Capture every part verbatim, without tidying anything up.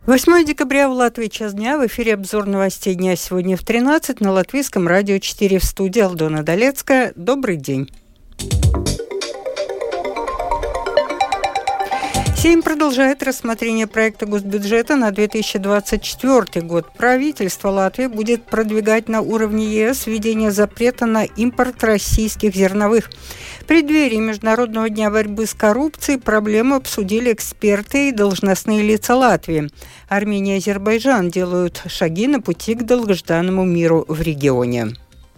восьмое декабря в Латвии, час дня. В эфире обзор новостей дня сегодня в тринадцать на Латвийском радио четыре. В студии Алдона Долецкая. Добрый день. Сейм продолжает рассмотрение проекта госбюджета на две тысячи двадцать четвёртый год. Правительство Латвии будет продвигать на уровне ЕС введение запрета на импорт российских зерновых. В преддверии Международного дня борьбы с коррупцией проблему обсудили эксперты и должностные лица Латвии. Армения и Азербайджан делают шаги на пути к долгожданному миру в регионе.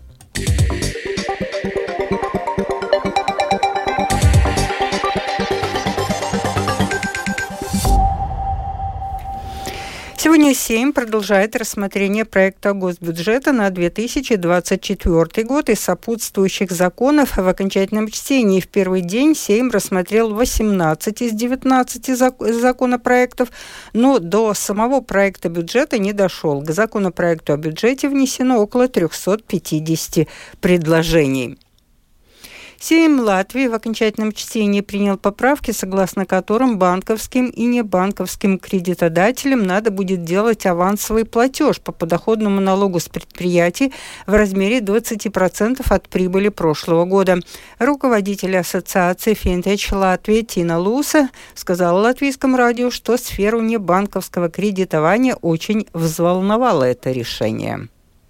Сегодня Сейм продолжает рассмотрение проекта госбюджета на две тысячи двадцать четвёртый год и сопутствующих законов в окончательном чтении. В первый день Сейм рассмотрел восемнадцать из девятнадцати законопроектов, но до самого проекта бюджета не дошел. К законопроекту о бюджете внесено около триста пятьдесят предложений. Сейм Латвии в окончательном чтении принял поправки, согласно которым банковским и небанковским кредитодателям надо будет делать авансовый платеж по подоходному налогу с предприятий в размере двадцать процентов от прибыли прошлого года. Руководитель ассоциации Финтеч Латвии Тина Луса сказала латвийскому радио, что сферу небанковского кредитования очень взволновало это решение.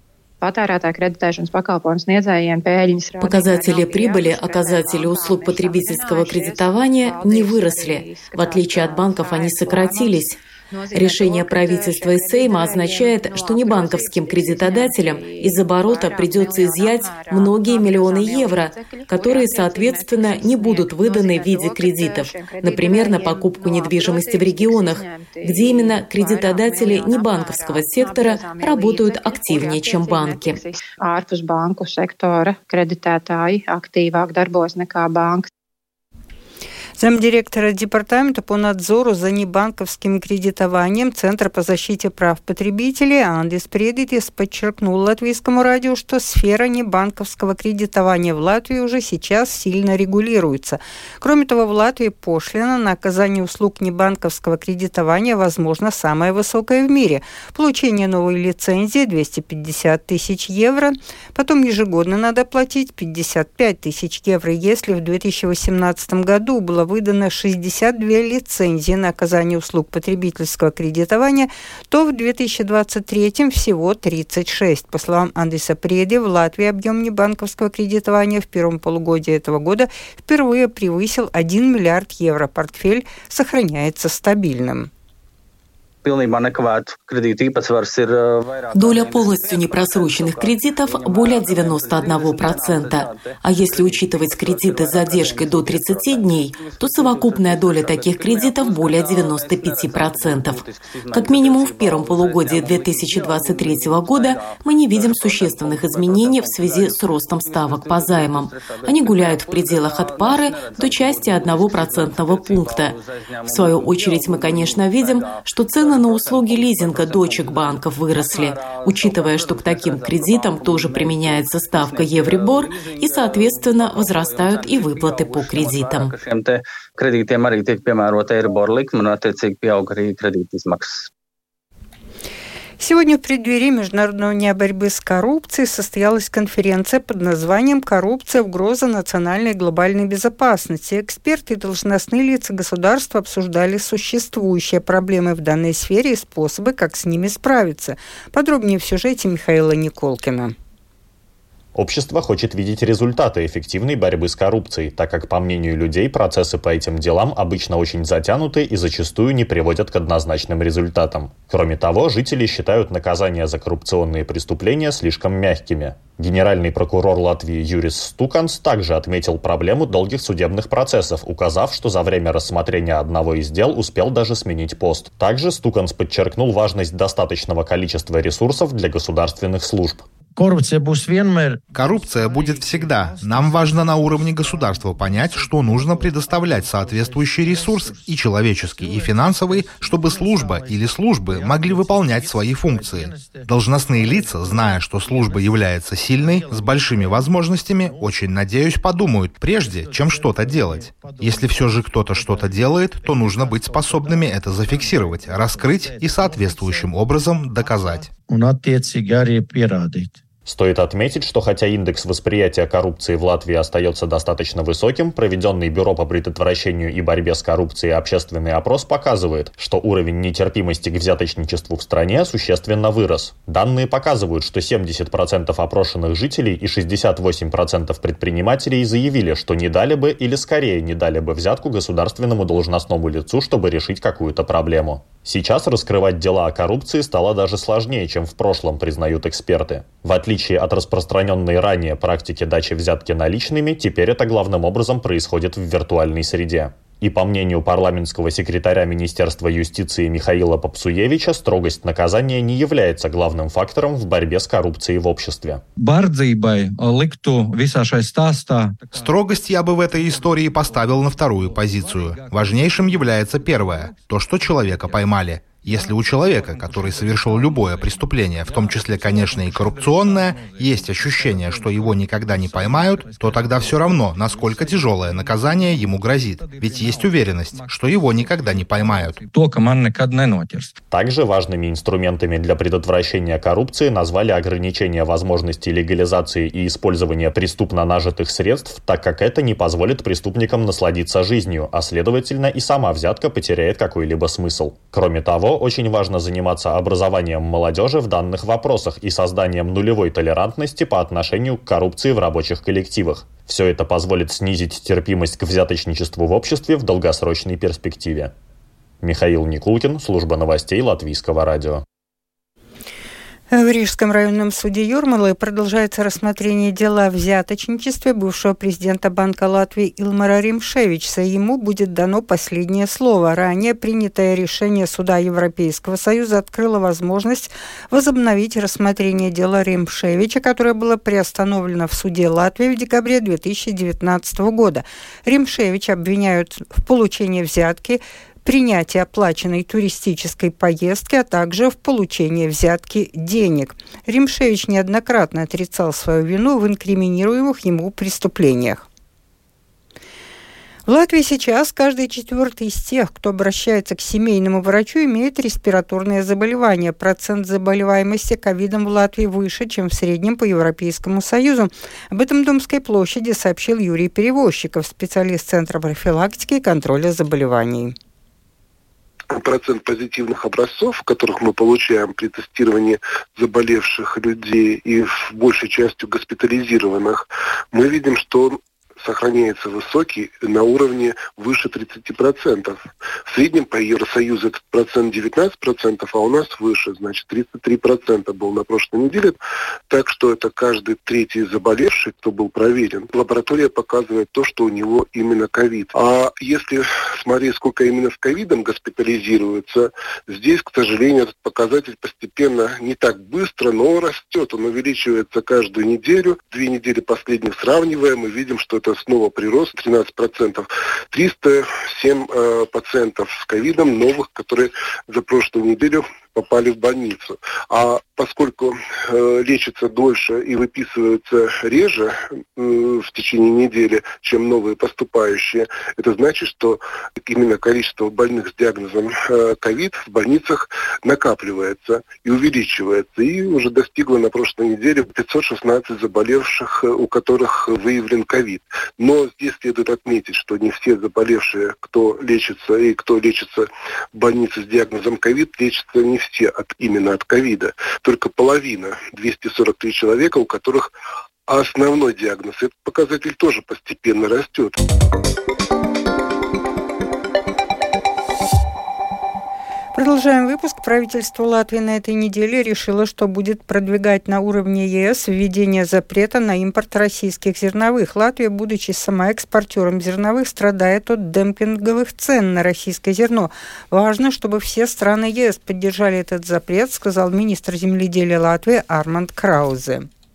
Показатели прибыли оказателей услуг потребительского кредитования не выросли. В отличие от банков, они сократились. Решение правительства и Сейма означает, что небанковским кредитодателям из оборота придется изъять многие миллионы евро, которые, соответственно, не будут выданы в виде кредитов, например, на покупку недвижимости в регионах, где именно кредитодатели небанковского сектора работают активнее, чем банки. Замдиректора Департамента по надзору за небанковским кредитованием Центра по защите прав потребителей Андис Предитис подчеркнул латвийскому радио, что сфера небанковского кредитования в Латвии уже сейчас сильно регулируется. Кроме того, в Латвии пошлина на оказание услуг небанковского кредитования, возможно, самая высокая в мире. Получение новой лицензии двести пятьдесят тысяч евро. Потом ежегодно надо платить пятьдесят пять тысяч евро. Если в две тысячи восемнадцатом году было выдано шестьдесят две лицензии на оказание услуг потребительского кредитования, то в две тысячи двадцать третьем всего тридцать шесть. По словам Андиса Преди, в Латвии объем небанковского кредитования в первом полугодии этого года впервые превысил один миллиард евро. Портфель сохраняется стабильным. Доля полностью непросроченных кредитов более девяносто один процент. А если учитывать кредиты с задержкой до тридцати дней, то совокупная доля таких кредитов более девяноста пяти процентов. Как минимум в первом полугодии две тысячи двадцать третьего года мы не видим существенных изменений в связи с ростом ставок по займам. Они гуляют в пределах от пары до части одного процентного пункта. В свою очередь мы, конечно, видим, что цены на услуги лизинга дочек банков выросли, учитывая, что к таким кредитам тоже применяется ставка Еврибор и, соответственно, возрастают и выплаты по кредитам. Сегодня в преддверии Международного дня борьбы с коррупцией состоялась конференция под названием «Коррупция. Угроза национальной и глобальной безопасности». Эксперты и должностные лица государства обсуждали существующие проблемы в данной сфере и способы, как с ними справиться. Подробнее в сюжете Михаила Николкина. Общество хочет видеть результаты эффективной борьбы с коррупцией, так как, по мнению людей, процессы по этим делам обычно очень затянуты и зачастую не приводят к однозначным результатам. Кроме того, жители считают наказания за коррупционные преступления слишком мягкими. Генеральный прокурор Латвии Юрис Стуканс также отметил проблему долгих судебных процессов, указав, что за время рассмотрения одного из дел успел даже сменить пост. Также Стуканс подчеркнул важность достаточного количества ресурсов для государственных служб. Коррупция будет всегда. Нам важно на уровне государства понять, что нужно предоставлять соответствующий ресурс, и человеческий, и финансовый, чтобы служба или службы могли выполнять свои функции. Должностные лица, зная, что служба является сильной, с большими возможностями, очень надеюсь, подумают прежде, чем что-то делать. Если все же кто-то что-то делает, то нужно быть способными это зафиксировать, раскрыть и соответствующим образом доказать. Стоит отметить, что хотя индекс восприятия коррупции в Латвии остается достаточно высоким, проведенный Бюро по предотвращению и борьбе с коррупцией общественный опрос показывает, что уровень нетерпимости к взяточничеству в стране существенно вырос. Данные показывают, что семьдесят процентов опрошенных жителей и шестьдесят восемь процентов предпринимателей заявили, что не дали бы или скорее не дали бы взятку государственному должностному лицу, чтобы решить какую-то проблему. Сейчас раскрывать дела о коррупции стало даже сложнее, чем в прошлом, признают эксперты. В отличие от распространенной ранее практики дачи взятки наличными, теперь это главным образом происходит в виртуальной среде. И по мнению парламентского секретаря Министерства юстиции Михаила Попсуевича, строгость наказания не является главным фактором в борьбе с коррупцией в обществе. Строгость я бы в этой истории поставил на вторую позицию. Важнейшим является первое – то, что человека поймали. Если у человека, который совершил любое преступление, в том числе, конечно, и коррупционное, есть ощущение, что его никогда не поймают, то тогда все равно, насколько тяжелое наказание ему грозит. Ведь есть уверенность, что его никогда не поймают. Также важными инструментами для предотвращения коррупции назвали ограничение возможностей легализации и использования преступно нажитых средств, так как это не позволит преступникам насладиться жизнью, а следовательно и сама взятка потеряет какой-либо смысл. Кроме того, очень важно заниматься образованием молодежи в данных вопросах и созданием нулевой толерантности по отношению к коррупции в рабочих коллективах. Все это позволит снизить терпимость к взяточничеству в обществе в долгосрочной перспективе. Михаил Никулкин, служба новостей Латвийского радио. В Рижском районном суде Юрмалы продолжается рассмотрение дела о взяточничестве бывшего президента Банка Латвии Илмара Римшевича. Ему будет дано последнее слово. Ранее принятое решение Суда Европейского Союза открыло возможность возобновить рассмотрение дела Римшевича, которое было приостановлено в суде Латвии в декабре две тысячи девятнадцатого года. Римшевича обвиняют в получении взятки, принятие оплаченной туристической поездки, а также в получении взятки денег. Римшевич неоднократно отрицал свою вину в инкриминируемых ему преступлениях. В Латвии сейчас каждый четвертый из тех, кто обращается к семейному врачу, имеет респираторное заболевание. Процент заболеваемости ковидом в Латвии выше, чем в среднем по Европейскому Союзу. Об этом в Домской площади сообщил Юрий Перевозчиков, специалист Центра профилактики и контроля заболеваний. Процент позитивных образцов, которых мы получаем при тестировании заболевших людей и в большей частью госпитализированных, мы видим, что он сохраняется высокий на уровне выше тридцати процентов. В среднем по Евросоюзу этот процент девятнадцать процентов, а у нас выше, значит тридцать три процента был на прошлой неделе. Так что это каждый третий заболевший, кто был проверен. Лаборатория показывает то, что у него именно ковид. А если смотреть, сколько именно с ковидом госпитализируется, здесь, к сожалению, этот показатель постепенно не так быстро, но растет. Он увеличивается каждую неделю. Две недели последних сравниваем, мы видим, что это снова прирост тринадцать процентов. триста семь э, пациентов с ковидом новых, которые за прошлую неделю попали в больницу. А поскольку э, лечатся дольше и выписываются реже э, в течение недели, чем новые поступающие, это значит, что именно количество больных с диагнозом ковид э, в больницах накапливается и увеличивается. И уже достигло на прошлой неделе пятьсот шестнадцать заболевших, у которых выявлен ковид. Но здесь следует отметить, что не все заболевшие, кто лечится и кто лечится в больнице с диагнозом ковид, лечатся не все от, именно от ковида. Только половина, двести сорок три человека, у которых основной диагноз. Этот показатель тоже постепенно растет. Продолжаем выпуск. Правительство Латвии на этой неделе решило, что будет продвигать на уровне ЕС введение запрета на импорт российских зерновых. Латвия, будучи самоэкспортером зерновых, страдает от демпинговых цен на российское зерно. Важно, чтобы все страны ЕС поддержали этот запрет, сказал министр земледелия Латвии Арманд Краузе.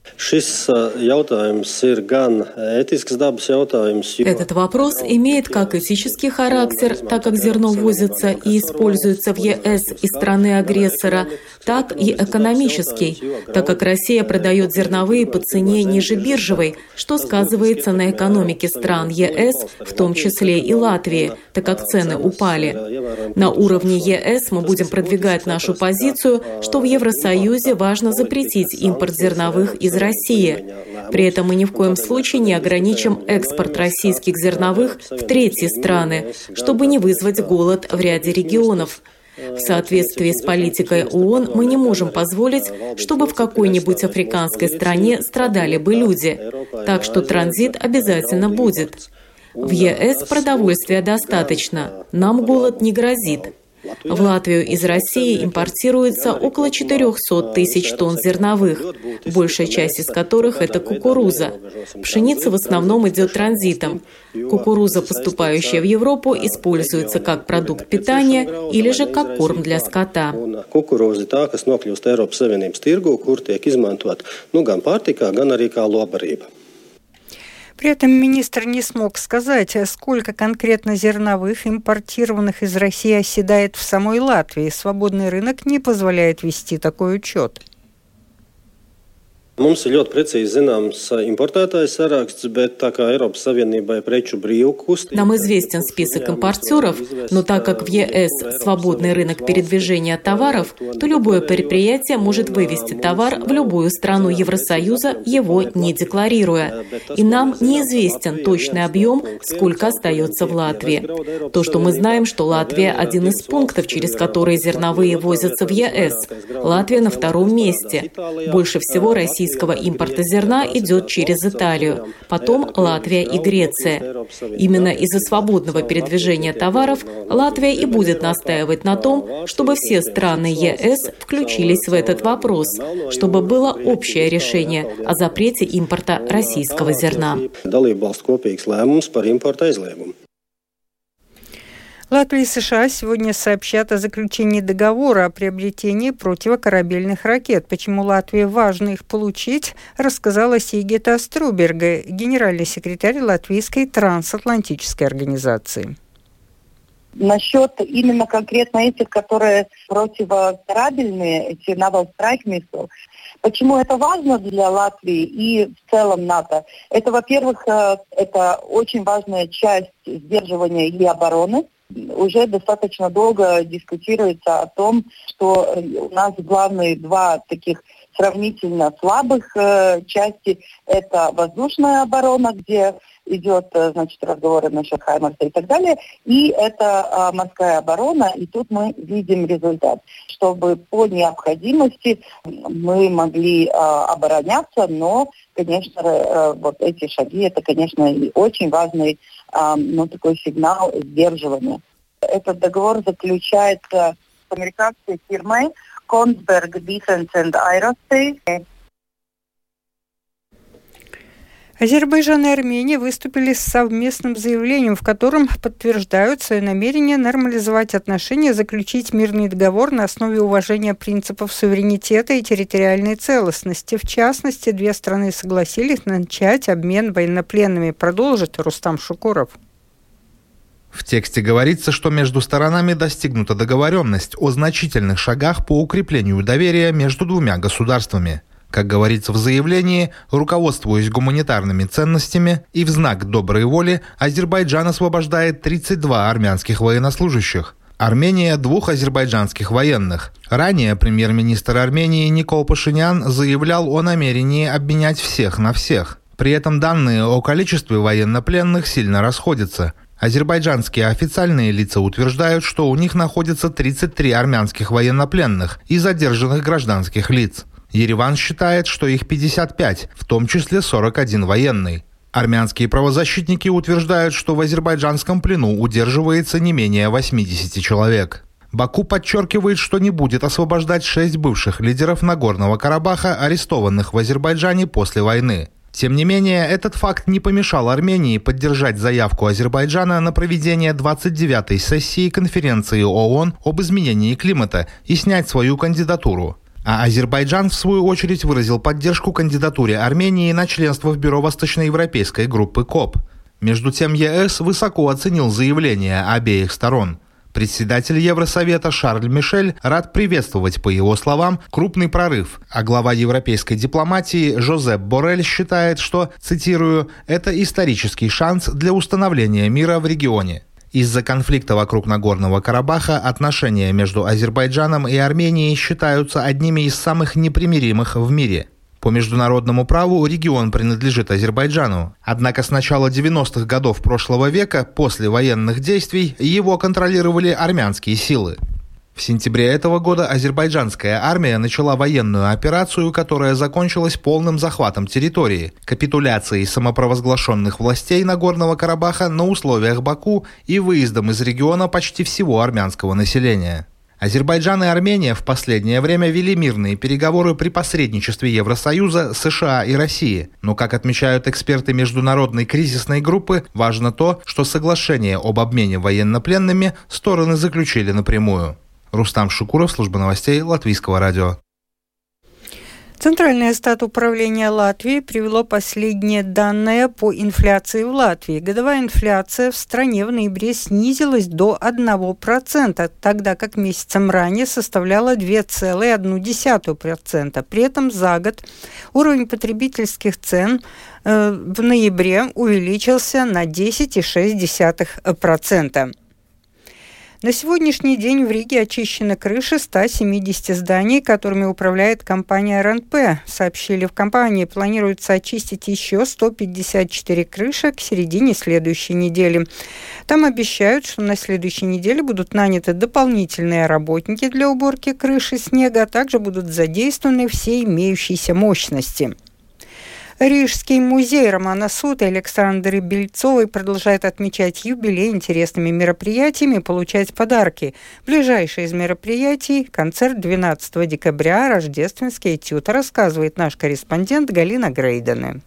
Этот вопрос имеет как этический характер, так как зерно ввозится и используется в ЕС из страны-агрессора, так и экономический, так как Россия продает зерновые по цене ниже биржевой, что сказывается на экономике стран ЕС, в том числе и Латвии, так как цены упали. На уровне ЕС мы будем продвигать нашу позицию, что в Евросоюзе важно запретить импорт зерновых из России. При этом мы ни в коем случае не ограничим экспорт российских зерновых в третьи страны, чтобы не вызвать голод в ряде регионов. В соответствии с политикой ООН мы не можем позволить, чтобы в какой-нибудь африканской стране страдали бы люди. Так что транзит обязательно будет. В ЕС продовольствия достаточно. Нам голод не грозит. В Латвию из России импортируется около четырехсот тысяч тонн зерновых, большая часть из которых – это кукуруза. Пшеница в основном идет транзитом. Кукуруза, поступающая в Европу, используется как продукт питания или же как корм для скота. При этом министр не смог сказать, сколько конкретно зерновых, импортированных из России, оседает в самой Латвии. Свободный рынок не позволяет вести такой учет. Нам известен список импортеров, но так как в ЕС свободный рынок передвижения товаров, то любое предприятие может вывести товар в любую страну Евросоюза, его не декларируя. И нам неизвестен точный объем, сколько остается в Латвии. То, что мы знаем, что Латвия – один из пунктов, через которые зерновые возятся в ЕС. Латвия на втором месте. Больше всего российских импорта зерна идет через Италию, потом Латвия и Греция. Именно из-за свободного передвижения товаров Латвия и будет настаивать на том, чтобы все страны ЕС включились в этот вопрос, чтобы было общее решение о запрете импорта российского зерна. Латвия и США сегодня сообщат о заключении договора о приобретении противокорабельных ракет. Почему Латвии важно их получить, рассказала Сигита Струберга, генеральный секретарь Латвийской трансатлантической организации. Насчет именно конкретно этих, которые противокорабельные, эти Naval Strike Missile, почему это важно для Латвии и в целом НАТО? Это, во-первых, это очень важная часть сдерживания и обороны. Уже достаточно долго дискутируется о том, что у нас главные два таких сравнительно слабых э, части – это воздушная оборона, где идет, значит, разговоры насчет Хаймарса и так далее, и это э, морская оборона, и тут мы видим результат. Чтобы по необходимости мы могли э, обороняться, но, конечно, э, вот эти шаги – это, конечно, и очень важный э, ну, такой сигнал сдерживания. Этот договор заключается с американской фирмой Kongsberg Defense and Aerospace. Азербайджан и Армения выступили с совместным заявлением, в котором подтверждают свои намерения нормализовать отношения, заключить мирный договор на основе уважения принципов суверенитета и территориальной целостности. В частности, две страны согласились начать обмен военнопленными. Продолжит Рустам Шукуров. В тексте говорится, что между сторонами достигнута договоренность о значительных шагах по укреплению доверия между двумя государствами. Как говорится в заявлении, руководствуясь гуманитарными ценностями и в знак доброй воли, Азербайджан освобождает тридцать два армянских военнослужащих. Армения – двух азербайджанских военных. Ранее премьер-министр Армении Никол Пашинян заявлял о намерении обменять всех на всех. При этом данные о количестве военнопленных сильно расходятся. Азербайджанские официальные лица утверждают, что у них находится тридцать три армянских военнопленных и задержанных гражданских лиц. Ереван считает, что их пятьдесят пять, в том числе сорок один военный. Армянские правозащитники утверждают, что в азербайджанском плену удерживается не менее восемьдесят человек. Баку подчеркивает, что не будет освобождать шесть бывших лидеров Нагорного Карабаха, арестованных в Азербайджане после войны. Тем не менее, этот факт не помешал Армении поддержать заявку Азербайджана на проведение двадцать девятой сессии конференции ООН об изменении климата и снять свою кандидатуру. А Азербайджан, в свою очередь, выразил поддержку кандидатуре Армении на членство в бюро восточноевропейской группы КОП. Между тем, ЕС высоко оценил заявления обеих сторон. Председатель Евросовета Шарль Мишель рад приветствовать, по его словам, крупный прорыв, а глава европейской дипломатии Жозеп Боррель считает, что, цитирую, «это исторический шанс для установления мира в регионе». Из-за конфликта вокруг Нагорного Карабаха отношения между Азербайджаном и Арменией считаются одними из самых непримиримых в мире. По международному праву регион принадлежит Азербайджану. Однако с начала девяностых годов прошлого века, после военных действий, его контролировали армянские силы. В сентябре этого года азербайджанская армия начала военную операцию, которая закончилась полным захватом территории, капитуляцией самопровозглашенных властей Нагорного Карабаха на условиях Баку и выездом из региона почти всего армянского населения. Азербайджан и Армения в последнее время вели мирные переговоры при посредничестве Евросоюза, США и России. Но, как отмечают эксперты международной кризисной группы, важно то, что соглашение об обмене военнопленными стороны заключили напрямую. Рустам Шукуров, служба новостей Латвийского радио. Центральное статуправление Латвии привело последние данные по инфляции в Латвии. Годовая инфляция в стране в ноябре снизилась до одного процента, тогда как месяцем ранее составляла два целых одна десятая процента. При этом за год уровень потребительских цен э, в ноябре увеличился на десять целых шесть десятых процента. На сегодняшний день в Риге очищены крыши ста семидесяти зданий, которыми управляет компания эр эн пэ. Сообщили в компании, планируется очистить еще сто пятьдесят четыре крыши к середине следующей недели. Там обещают, что на следующей неделе будут наняты дополнительные работники для уборки крыши снега, а также будут задействованы все имеющиеся мощности. Рижский музей Романа Суты Александры Бельцовой продолжает отмечать юбилей интересными мероприятиями и получать подарки. Ближайшее из мероприятий – концерт двенадцатого декабря, рождественский этюд, рассказывает наш корреспондент Галина Грейдене.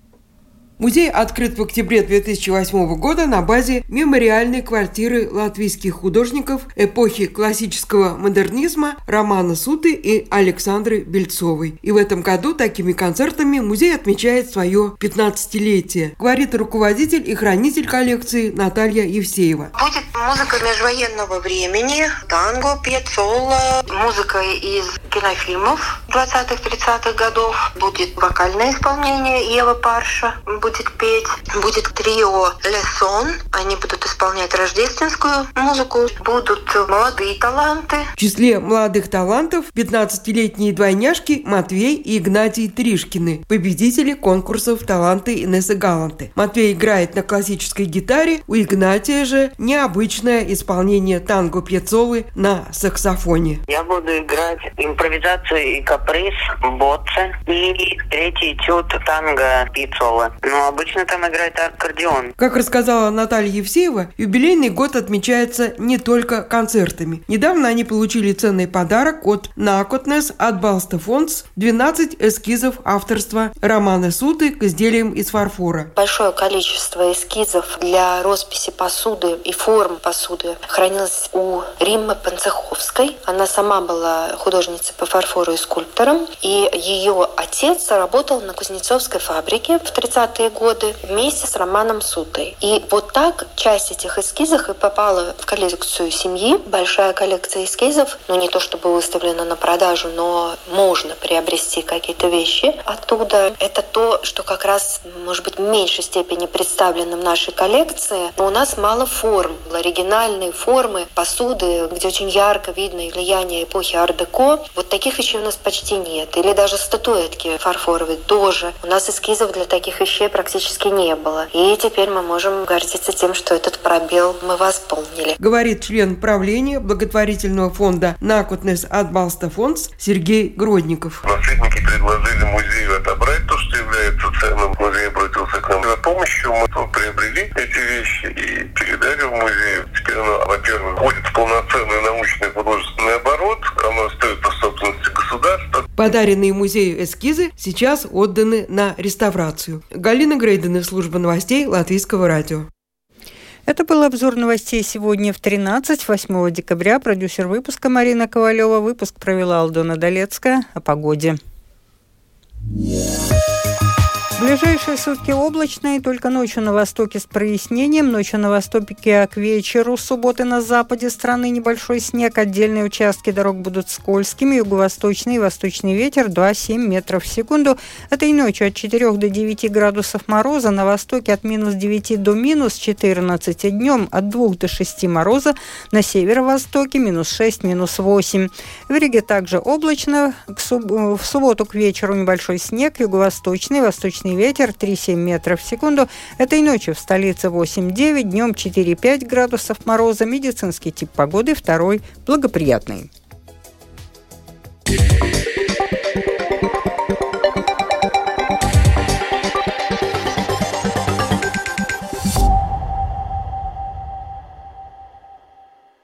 Музей открыт в октябре две тысячи восьмого года на базе мемориальной квартиры латвийских художников эпохи классического модернизма Романа Суты и Александры Бельцовой. И в этом году такими концертами музей отмечает свое пятнадцатилетие, говорит руководитель и хранитель коллекции Наталья Евсеева. Будет музыка межвоенного времени, танго, пьяццола, музыка из кинофильмов двадцатых-тридцатых годов, будет вокальное исполнение Ева Парша, будет петь, будет трио Лесон, они будут исполнять рождественскую музыку, будут молодые таланты. В числе молодых талантов пятнадцатилетние двойняшки Матвей и Игнатий Тришкины, победители конкурсов «Таланты» Инессы Галанты. Матвей играет на классической гитаре, у Игнатия же необычное исполнение танго Пьяццолы на саксофоне. Я буду играть импровизацию и каприз, боце и третий этюд танго Пьяццолы. Но обычно там играет аккордеон. Как рассказала Наталья Евсеева, юбилейный год отмечается не только концертами. Недавно они получили ценный подарок от Накотнес от Балстефонс – двенадцать эскизов авторства Романа Суты к изделиям из фарфора. Большое количество эскизов для росписи посуды и форм посуды хранилось у Риммы Панцеховской. Она сама была художницей по фарфору и скульптором, и ее отец работал на кузнецовской фабрике в тридцатые годы вместе с Романом Сутой. И вот так часть этих эскизов и попала в коллекцию семьи. Большая коллекция эскизов, ну не то чтобы выставлена на продажу, но можно приобрести какие-то вещи оттуда. Это то, что как раз, может быть, в меньшей степени представлено в нашей коллекции. Но у нас мало форм, оригинальные формы посуды, где очень ярко видно влияние эпохи ар-деко. Вот таких вещей у нас почти нет. Или даже статуэтки фарфоровые тоже. У нас эскизов для таких вещей практически не было. И теперь мы можем гордиться тем, что этот пробел мы восполнили. Говорит член правления благотворительного фонда Накотнес от Балстефонс Сергей Гродников. Наследники предложили музею отобрать то, что является ценным. Музей обратился к нам за помощью. Мы приобрели эти вещи и передали в музей. Теперь оно, во-первых, входит в полноценный научный художественный оборот. Оно стоит по собственности государства. Подаренные музею эскизы сейчас отданы на реставрацию. Галина Грейдена, служба новостей Латвийского радио. Это был обзор новостей сегодня в тринадцать, восьмого декабря. Продюсер выпуска Марина Ковалева. Выпуск провела Алдона Долецкая. О погоде. В ближайшие сутки облачно, и только ночью на востоке с прояснением. Ночью на востоке, а к вечеру субботы на западе страны небольшой снег. Отдельные участки дорог будут скользкими. Юго-восточный и восточный ветер два-семь метров в секунду. Этой ночью от четырёх до девяти градусов мороза. На востоке от минус девяти до минус четырнадцати. Днем от двух до шести мороза. На северо-востоке минус шесть, минус восемь. В Риге также облачно. В субботу к вечеру небольшой снег. Юго-восточный, восточный ветер три-семь метров в секунду. Этой ночью в столице восемь-девять, днем четыре-пять градусов мороза. Медицинский тип погоды второй благоприятный.